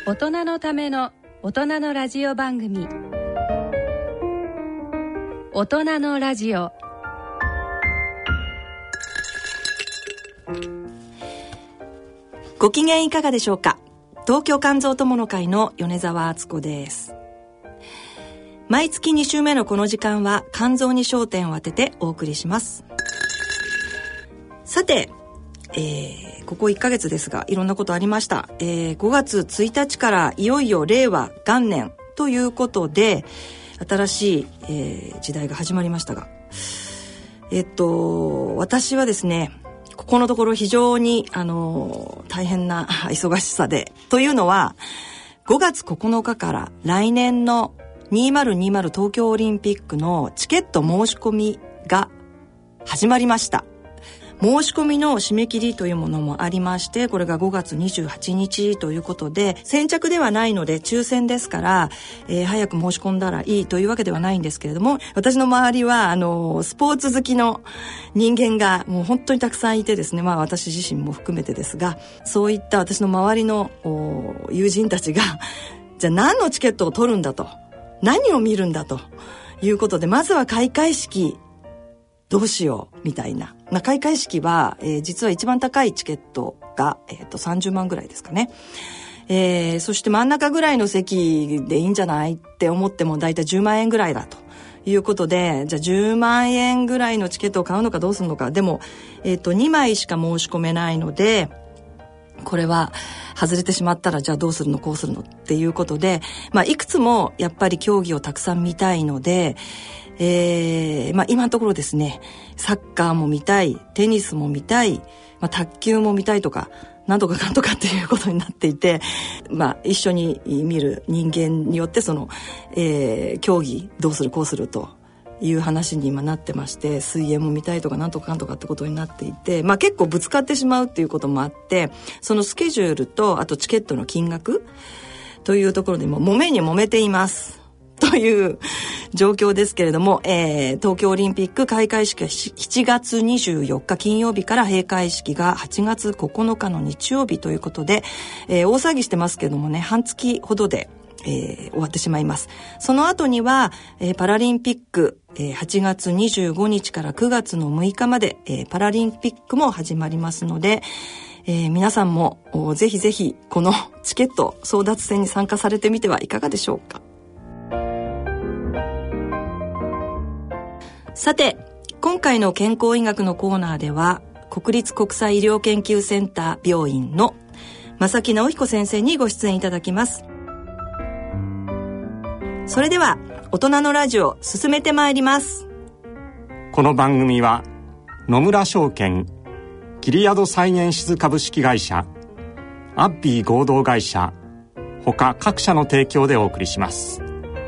大人のための大人のラジオ番組、大人のラジオ。 ご機嫌いかがでしょうか。東京肝臓友の会の米沢敦子です。毎月2週目のこの時間は肝臓に焦点を当ててお送りします。さて、ここ1ヶ月ですがいろんなことありました。5月1日からいよいよ令和元年ということで新しい、時代が始まりましたが、私はですね、ここのところ非常に大変な忙しさで、というのは5月9日から来年の2020東京オリンピックのチケット申し込みが始まりました。申し込みの締め切りというものもありまして、これが5月28日ということで、先着ではないので抽選ですから、早く申し込んだらいいというわけではないんですけれども、私の周りはスポーツ好きの人間がもう本当にたくさんいてですね、私自身も含めてですが、そういった私の周りの友人たちがじゃあ何のチケットを取るんだと、何を見るんだということで、まずは開会式どうしようみたいな。開会式は、実は一番高いチケットが、30万ぐらいですかね。そして真ん中ぐらいの席でいいんじゃないって思ってもだいたい10万円ぐらいだということで、じゃあ10万円ぐらいのチケットを買うのかどうするのか。でも、2枚しか申し込めないので、これは外れてしまったらじゃあどうするのこうするのっていうことで、いくつもやっぱり競技をたくさん見たいので、今のところですね、サッカーも見たい、テニスも見たい、卓球も見たいとか、なんとかかんとかっていうことになっていて、一緒に見る人間によってその、競技どうするこうするという話に今なってまして、水泳も見たいとかなんとかかんとかってことになっていて、結構ぶつかってしまうっていうこともあって、そのスケジュールとあとチケットの金額というところでも揉めに揉めていますという状況ですけれども、東京オリンピック開会式は7月24日金曜日から閉会式が8月9日の日曜日ということで、大騒ぎしてますけどもね、半月ほどで、終わってしまいます。その後には、パラリンピック、8月25日から9月の6日まで、パラリンピックも始まりますので、皆さんもぜひぜひこのチケット争奪戦に参加されてみてはいかがでしょうか。さて、今回の健康医学のコーナーでは国立国際医療研究センター病院の正木直彦先生にご出演いただきます。それでは大人のラジオ進めてまいります。 この番組は野村証券、キリヤドサイエンシズ株式会社、アッビー合同会社他各社の提供でお送りします。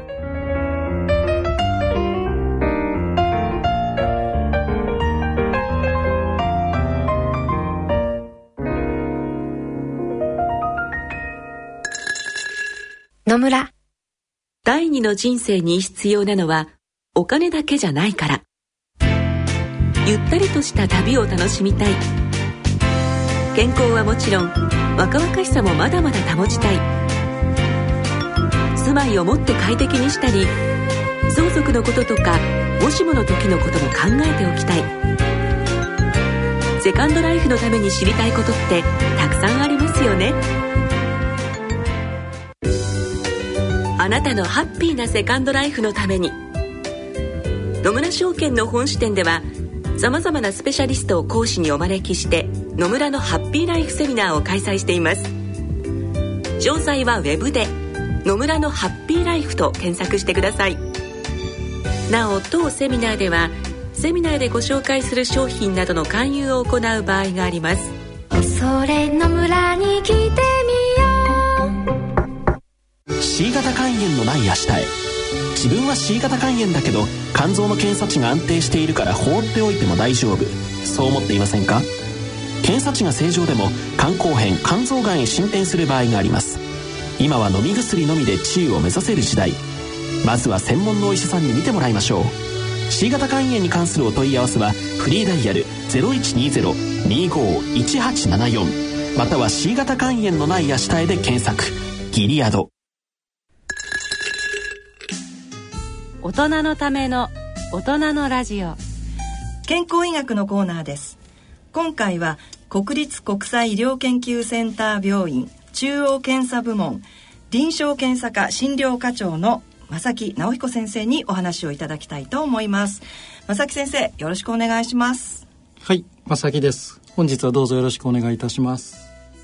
野村。第二の人生に必要なのはお金だけじゃないから。ゆったりとした旅を楽しみたい。健康はもちろん若々しさもまだまだ保ちたい。住まいをもっと快適にしたり、相続のこととかもしもの時のことも考えておきたい。セカンドライフのために知りたいことってたくさんありますよね。あなたのハッピーなセカンドライフのために、野村証券の本支店ではさまざまなスペシャリストを講師にお招きして野村のハッピーライフセミナーを開催しています。詳細はウェブで野村のハッピーライフと検索してください。なお、当セミナーではセミナーでご紹介する商品などの勧誘を行う場合があります。 それ野村に来てみよう。 C 型肝炎のない明日へ。自分は C 型肝炎だけど肝臓の検査値が安定しているから放っておいても大丈夫、そう思っていませんか？検査値が正常でも肝硬変、肝臓がんへ進展する場合があります。今は飲み薬のみで治癒を目指せる時代。まずは専門のお医者さんに見てもらいましょう。 C 型肝炎に関するお問い合わせはフリーダイヤル 0120-25-1874 または C 型肝炎のない明日へで検索。 ギリアド。 大人のための大人のラジオ、 健康医学のコーナーです。今回は国立国際医療研究センター病院中央検査部門臨床検査科診療課長の正木直彦先生にお話をいただきたいと思います。正木先生、よろしくお願いします。 はい、正木です。本日はどうぞよろしくお願いいたします。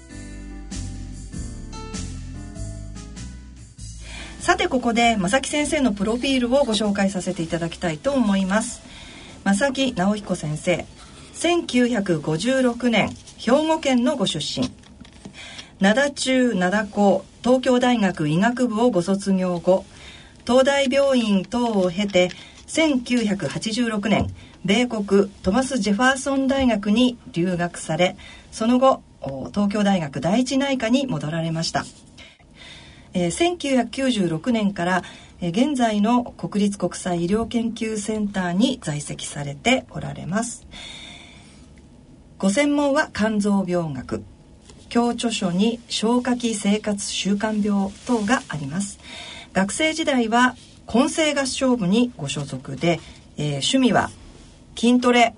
さて、ここで正木先生のプロフィールをご紹介させていただきたいと思います。正木直彦先生、1956年兵庫県のご出身。灘中灘高東京大学医学部をご卒業後、東大病院等を経て1986年米国トマス・ジェファーソン大学に留学され、その後東京大学第一内科に戻られました。1996年から現在の国立国際医療研究センターに在籍されておられます。ご専門は肝臓病学、教著書に消化器生活習慣病等があります。学生時代は混声合唱部にご所属で、趣味は筋トレ、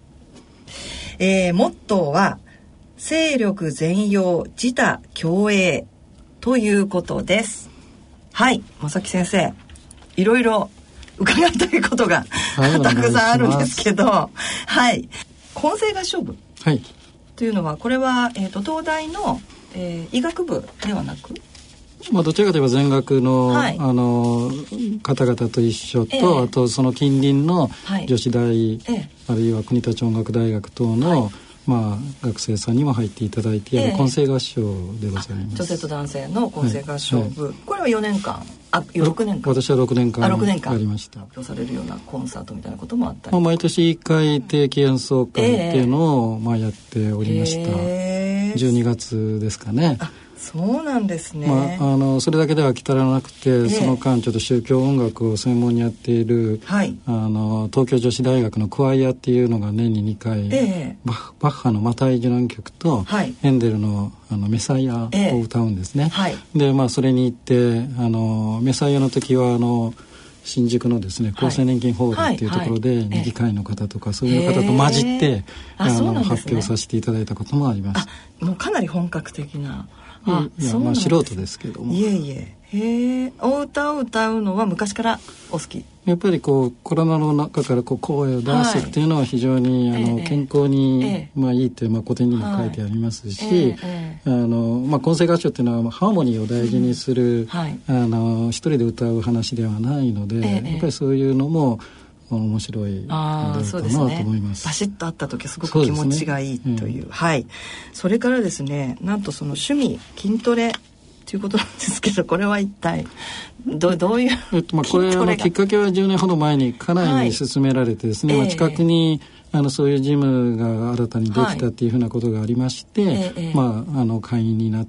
モットーは精力全揚自他共栄ということです。はい、正木先生、いろいろ伺いたいことが、たくさんあるんですけど、はい、混声合唱部、はい、というのはこれは、東大の、医学部ではなく、 どちらかといえば全学の、はい、方々と一緒と、あとその近隣の女子大、あるいは国立音楽大学等の、学生さんにも入っていただいている混声合唱でございます。 女性と男性の混声合唱部、これは4年間6年間、 私は6年間ありました。 発表されるようなコンサートみたいなこともあったり、 毎年1回定期演奏会っていうのを、やっておりました。12月ですかね。 そうなんですね。 それだけでは飽き足らなくて、その間ちょっと宗教音楽を専門にやっている、東京女子大学のクワイアっていうのが年に2回、バッハのマタイ受難曲と、ヘンデルのメサイアを歌うんですね。で、それに行ってメサイアの時は新宿のですね、厚生年金ホールっていうところで二議会の方とかそういう方と混じって、発表させていただいたこともあります。 もうかなり本格的な。 素人ですけども。 お歌を歌うのは昔からお好き？ やっぱりコロナの中から声を出すっていうのは非常に健康にいいって古典にも書いてありますし、混声合唱っていうのはハーモニーを大事にする、一人で歌う話ではないので、やっぱりそういうのも面白いのではないかなと思います。 バシッとあった時すごく気持ちがいいという。それからですね、なんとその趣味筋トレということなんですけど、これは一体どういう、 これきっかけは10年ほど前に家内に勧められてですね、近くにそういうジムが新たにできたっていうふうなことがありまして、会員になって、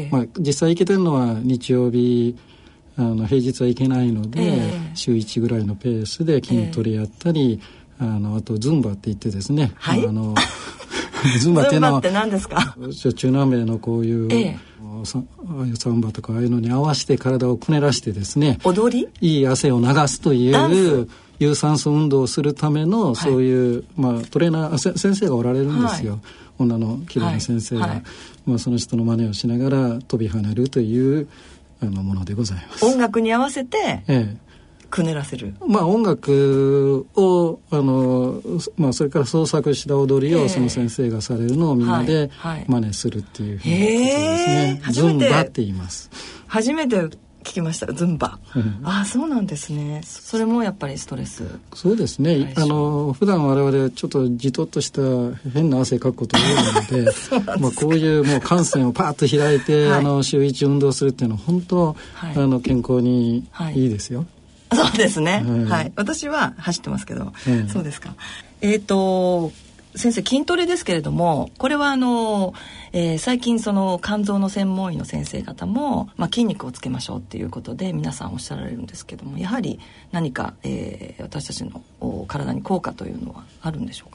実際行けてるのは日曜日、平日は行けないので、週1ぐらいのペースで筋トレやったり、あとズンバって言ってですね、ズンバっていうのは何ですか？ 中南米のこういう、サンバとかああいうのに合わせて体をくねらしてですね、 踊り？ いい汗を流すという有酸素運動をするための、そういう、トレーナー先生がおられるんですよ。女の綺麗な先生が、その人の真似をしながら飛び跳ねるというものでございます。 音楽に合わせて、くねらせる。 音楽をそれから創作した踊りをその先生がされるのをみんなで真似するっていうふうなことですね。ズンバって言います。 初めて聞きました、ズンバ。そうなんですね。それもやっぱりストレス。 そうですね。普段我々ちょっとじとっとした変な汗かくことが多いので、こういうもう汗腺をパーッと開いて、週1運動するっていうのは本当、健康にいいですよ。 そうですね。私は走ってますけど、そうですか。先生、筋トレですけれども、これは最近その肝臓の専門医の先生方も、筋肉をつけましょうっていうことで皆さんおっしゃられるんですけども、やはり何か、私たちの体に効果というのはあるんでしょうかね。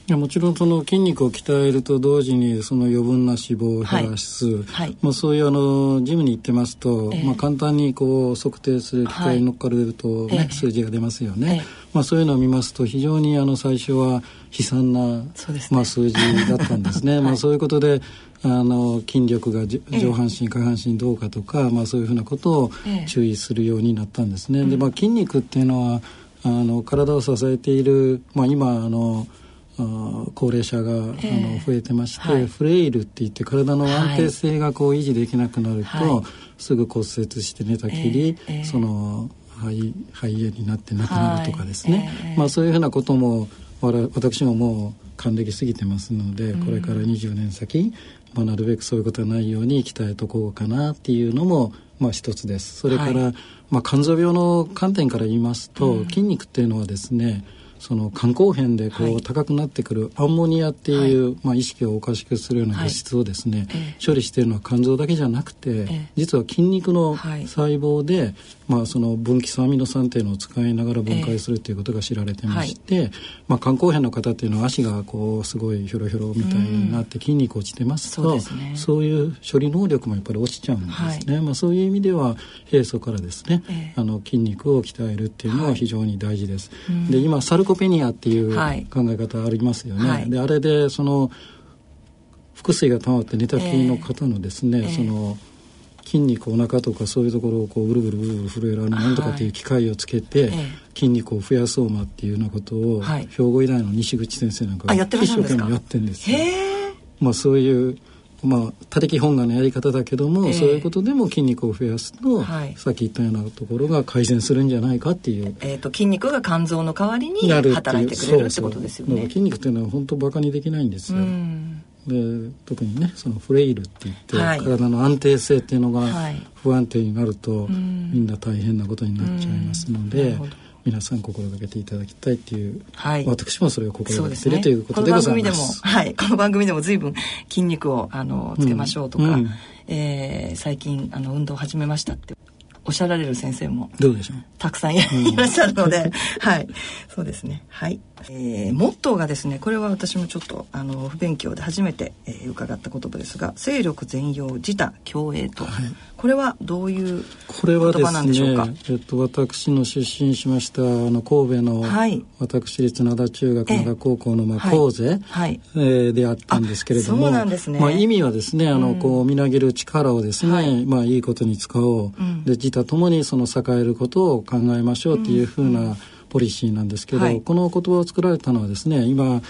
いやもちろんその筋肉を鍛えると同時にその余分な脂肪を減らす、そういうジムに行ってますと、簡単にこう測定する機械に乗っかれると、数字が出ますよね。そういうのを見ますと非常に最初は悲惨な、数字だったんですね。そういうことで筋力が上半身下半身どうかとか、そういうふうなことを注意するようになったんですね。で、筋肉っていうのは体を支えている、今高齢者が増えてまして、フレイルっていって体の安定性がこう維持できなくなると、すぐ骨折して寝たきり、その肺炎になって亡くなるとかですね、そういうふうなことも私ももう還暦過ぎてますので、これから20年先、なるべくそういうことはないように鍛えとこうかなっていうのも一つです。それから、肝臓病の観点から言いますと、筋肉っていうのはですね、その肝硬変でこう高くなってくるアンモニアっていう、意識をおかしくするような物質をですね、処理しているのは肝臓だけじゃなくて、実は筋肉の細胞で、その分岐素アミノ酸っていうのを使いながら分解するということが知られてまして、肝硬変の方っていうのは足がこうすごいヒョロヒョロみたいになって筋肉落ちてますと、そういう処理能力もやっぱり落ちちゃうんですね。そういう意味では平素からですね、筋肉を鍛えるっていうのは非常に大事です。で、今サルコペニアっていう考え方ありますよね。で、あれでその腹水が溜まって寝たきりの方のですね、その筋肉お腹とかそういうところをこうブルブルブルブル震えるなんとかっていう機械をつけて、筋肉を増やそうなっていうようなことを、兵庫医大の西口先生なんかが一生懸命やってるんですよ。そういう他力本願のやり方だけども、そういうことでも筋肉を増やすと、さっき言ったようなところが改善するんじゃないかっていう、 筋肉が肝臓の代わりに働いてくれるってことですよね。 筋肉っていうのは本当バカにできないんですよ。で、特にね、そのフレイルって言って、体の安定性っていうのが不安定になると、みんな大変なことになっちゃいますので、皆さん心がけていただきたいっていう、私もそれを心がけているということでございます。 この番組でも随分筋肉をつけましょうとか、最近運動を始めましたっておっしゃられる先生もどうでしょう、 たくさんいらっしゃるので、そうですね。モットーがですね、これは私もちょっと不勉強で初めて、伺った言葉ですが、勢力全容自他共栄と、これはどういう言葉なんでしょうか。 私の出身しました神戸の、私立灘中学灘高校の講座、であったんですけれども、 そうなんですね。 意味はですね、こうみなぎる力をですね、いいことに使おう、で自他ともにその栄えることを考えましょうっていうふうなポリシーなんですけど、この言葉を作られたのはですね、今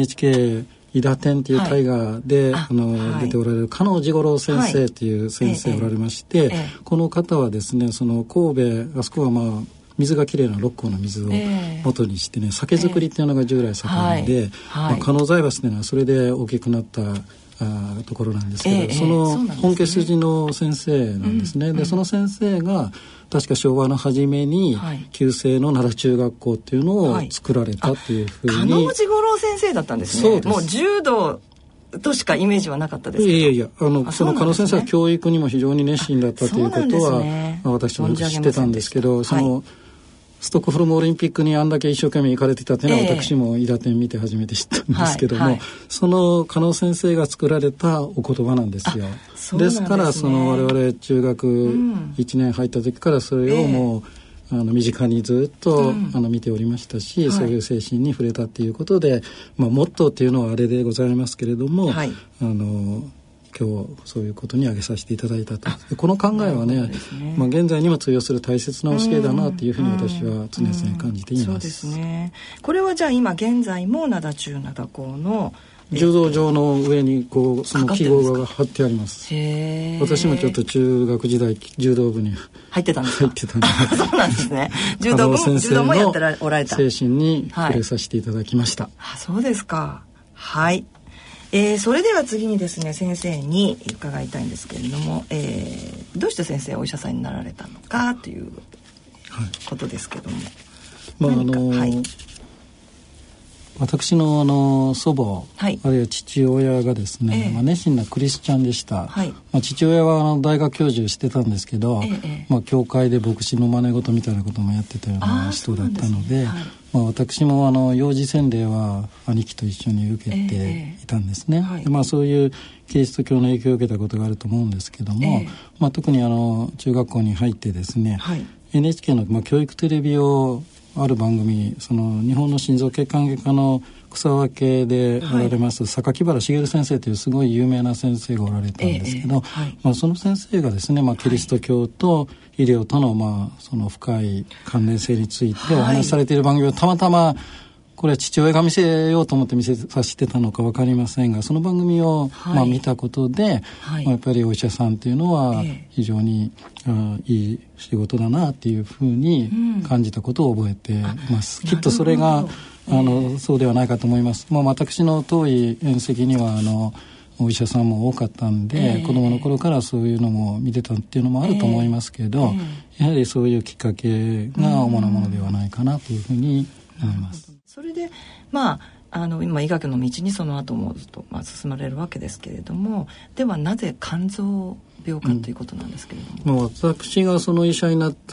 NHK 伊田天っていう大河で、出ておられる加納治五郎先生っていう先生おられまして、この方はですね、その神戸、あそこは水がきれいな六甲の水を元にしてね、酒造りっていうのが従来盛んで、加納財閥っていうのはそれで大きくなったところなんですけど、その本家筋の先生なんですね。で、その先生が確か昭和の初めに旧制の奈良中学校っていうのを作られたっていうふうに、 加納治五郎先生だったんですね。もう柔道としかイメージはなかったですけど。 その加納先生は教育にも非常に熱心だったということは、私も知ってたんですけど、そのストックホルムオリンピックにあんだけ一生懸命行かれてたっていうのは、私も伊田天見て初めて知ったんですけども、その加納先生が作られたお言葉なんですよ。ですから我々中学1年入った時からそれをもう身近にずっと見ておりましたし、そういう精神に触れたっていうことで、モットーっていうのはあれでございますけれども、今日そういうことに挙げさせていただいたと。この考えはね、現在にも通用する大切な教えだなというふうに私は常々感じています。 そうですね。これはじゃあ今現在も灘中灘高の柔道場の上にこうその記号が貼ってあります。私もちょっと中学時代柔道部に入ってたんですか。 入ってたんです。 そうなんですね。柔道もやっておられた。 精神に触れさせていただきました。 そうですか。それでは次にですね、先生に伺いたいんですけれども、どうして先生お医者さんになられたのかということですけども、 私の祖母、あるいは父親がですね、熱心なクリスチャンでした、父親は大学教授してたんですけど、教会で牧師の真似事みたいなこともやってたような人だったので、私も幼児洗礼は兄貴と一緒に受けていたんですね、そういうキリスト教の影響を受けたことがあると思うんですけども、特に中学校に入ってですね、NHK の、教育テレビをある番組、その日本の心臓血管外科の草分けでおられます、榊原茂先生というすごい有名な先生がおられたんですけど、その先生がですね、キリスト教と医療との、その深い関連性についてお話しされている番組をたまたまこれは父親が見せようと思って見せさせてたのか分かりませんが、その番組を、見たことで、やっぱりお医者さんっていうのは非常に、いい仕事だなっていうふうに感じたことを覚えています、きっとそれがそうではないかと思います。私の遠い縁戚にはお医者さんも多かったんで、子供の頃からそういうのも見てたっていうのもあると思いますけど、やはりそういうきっかけが主なものではないかなというふうに思います。 それで今医学の道にその後もずっと進まれるわけですけれども、ではなぜ肝臓病かということなんですけれども、 私がその医者になった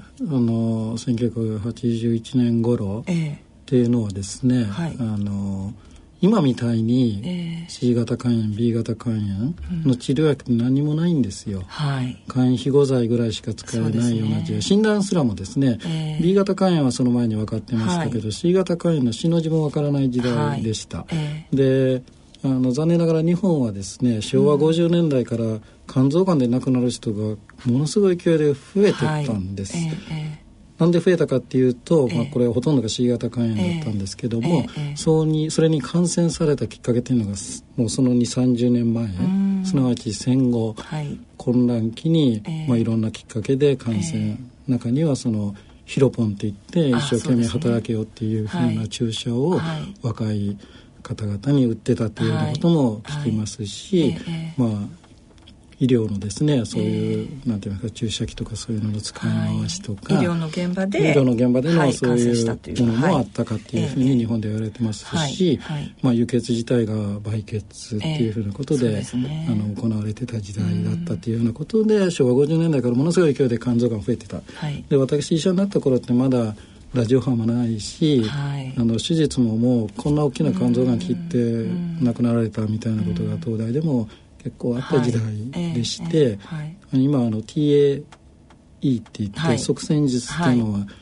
1981年頃っていうのはですね、今みたいに C 型肝炎 B 型肝炎の治療薬って何もないんですよ、肝炎庇護剤ぐらいしか使えないような時代、診断すらもですね、B 型肝炎はその前に分かってましたけど、C 型肝炎の死の字も分からない時代でした、で残念ながら日本はですね、昭和50年代から肝臓がんで亡くなる人がものすごい勢いで増えていったんです、なんで増えたかっていうと、これほとんどが C 型肝炎だったんですけども、それに感染されたきっかけというのがもうその 2,30 年前、すなわち戦後、混乱期に、いろんなきっかけで感染、中にはそのヒロポンといって一生懸命働けよっていうふうな注射を若い方々に打ってたというようなことも聞きますし、医療のですね、そういう、なんていうか注射器とかそういうのの使い回しとか、 医療の現場でのそういうものもあったかっていうふうに日本で言われてますし、輸血自体が売血っていうふうなことで、行われてた時代だったっていうようなことで、昭和50年代からものすごい勢いで肝臓がん増えてた、で私医者になった頃ってまだラジオ波もないし、手術ももうこんな大きな肝臓がん切って亡くなられたみたいなことが東大でも結構あった時代でして、今TAE って言って、塞栓術っていうのは、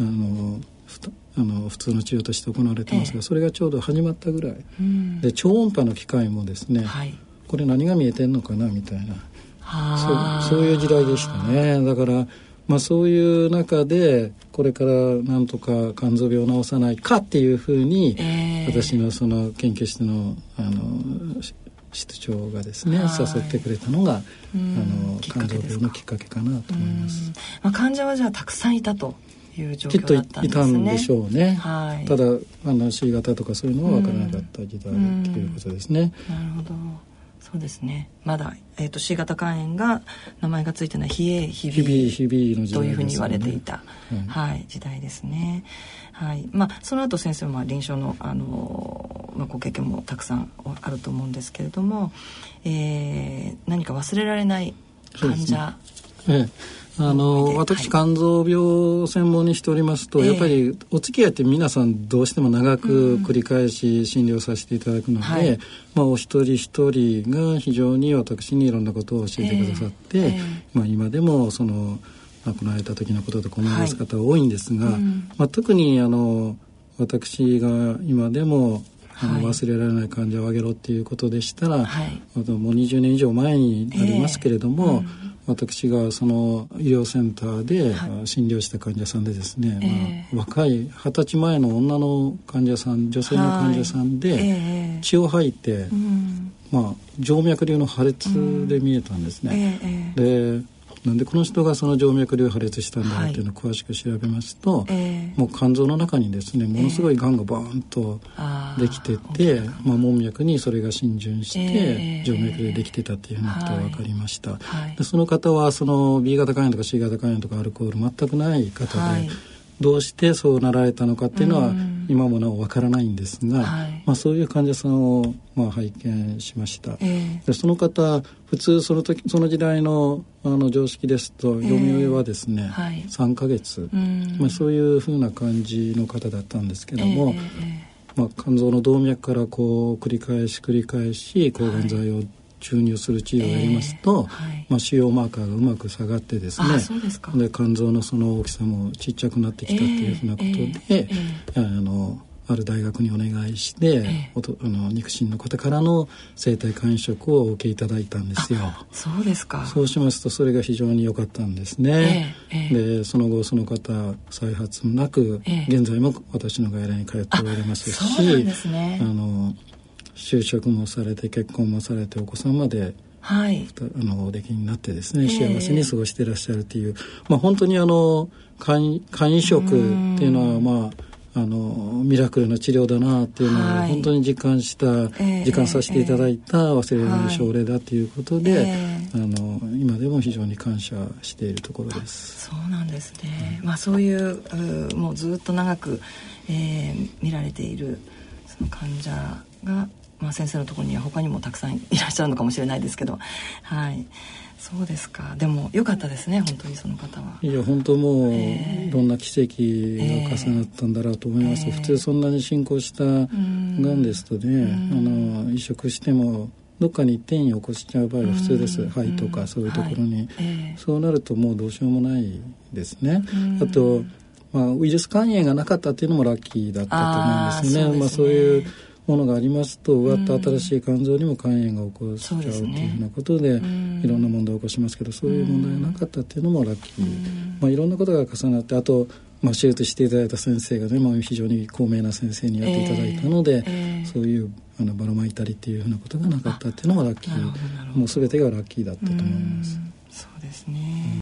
普通の治療として行われてますが、それがちょうど始まったぐらい、で超音波の機械もですね、これ何が見えてんのかなみたいな、そういう時代でしたね。だからそういう中でこれからなんとか肝臓病を治さないかっていうふうに、私のその研究室の室長がですね、誘ってくれたのが肝臓病のきっかけかなと思います。 患者はじゃあたくさんいたという状況だったんですね。きっといたんでしょうね、ただC 型とかそういうのは分からなかった時代ということですね。 なるほど、そうですね。まだ、C 型肝炎が名前がついてない非 A 非 B の時代ですね、 というふうに言われていた、時代ですね。その後先生も臨床の、ご経験もたくさんあると思うんですけれども、何か忘れられない患者、 私肝臓病を専門にしておりますと、やっぱりお付き合いって皆さんどうしても長く繰り返し診療させていただくので、お一人一人が非常に私にいろんなことを教えてくださって、今でもその亡くなられた時のこととか思い出す方が多いんですが、特に私が今でも忘れられない患者を挙げろっていうことでしたら、もう20年以上前になりますけれども、私がその医療センターで診療した患者さんでですね、若い20歳前の女の患者さん、女性の患者さんで、血を吐いて、静脈瘤の破裂で見えたんですね。でなんでこの人がその静脈瘤破裂したんだっていうのを詳しく調べますと、もう肝臓の中にですね、ものすごいがんがバーンとできてて、門脈にそれが浸潤して静脈瘤できてたっていうふうなことが分かりました。でその方はその B 型肝炎とか C 型肝炎とかアルコール全くない方で、 どうしてそうなられたのかっていうのは今もなおわからないんですが、そういう患者さんを拝見しました。でその方普通その時代の常識ですと余命はですね、3ヶ月、そういうふうな感じの方だったんですけども、肝臓の動脈からこう繰り返し抗がん剤を注入する治療をやりますと、腫瘍マーカーがうまく下がってですね、で肝臓のその大きさもちっちゃくなってきたっていうふうなことで、ある大学にお願いして、肉親の方からの生体肝移植をお受けいただいたんですよ。 そうですか。 そうしますとそれが非常に良かったんですね。でその後その方再発なく、現在も私の外来に通っておられますし、 そうなんですね。 就職もされて結婚もされてお子さんまでおできになってですね、幸せに過ごしていらっしゃるという、本当に肝移植っていうのはミラクルな治療だなっていうのを本当に実感させていただいた忘れられない症例だということで、今でも非常に感謝しているところです。 そうなんですね。そういうもうずっと長く、見られているその患者が、先生のところには他にもたくさんいらっしゃるのかもしれないですけど、そうですか。でも良かったですね、本当にその方は。 いや本当もう、いろんな奇跡が重なったんだろうと思います。普通そんなに進行したがんですとね、移植してもどっかに転移を起こしちゃう場合は普通です。肺とかそういうところに、そうなるともうどうしようもないですね。あと、ウイルス肝炎がなかったっていうのもラッキーだったと思うんですよね。そういうものがありますと植わった新しい肝臓にも肝炎が起こしちゃうというふうなことで、いろんな問題を起こしますけど、そういう問題がなかったっていうのもラッキー。いろんなことが重なって、あと、手術していただいた先生がね、非常に高名な先生にやっていただいたので、そういうばらまいたりっていうふうなことがなかったっていうのもラッキー。もう全てがラッキーだったと思います。 そうですね。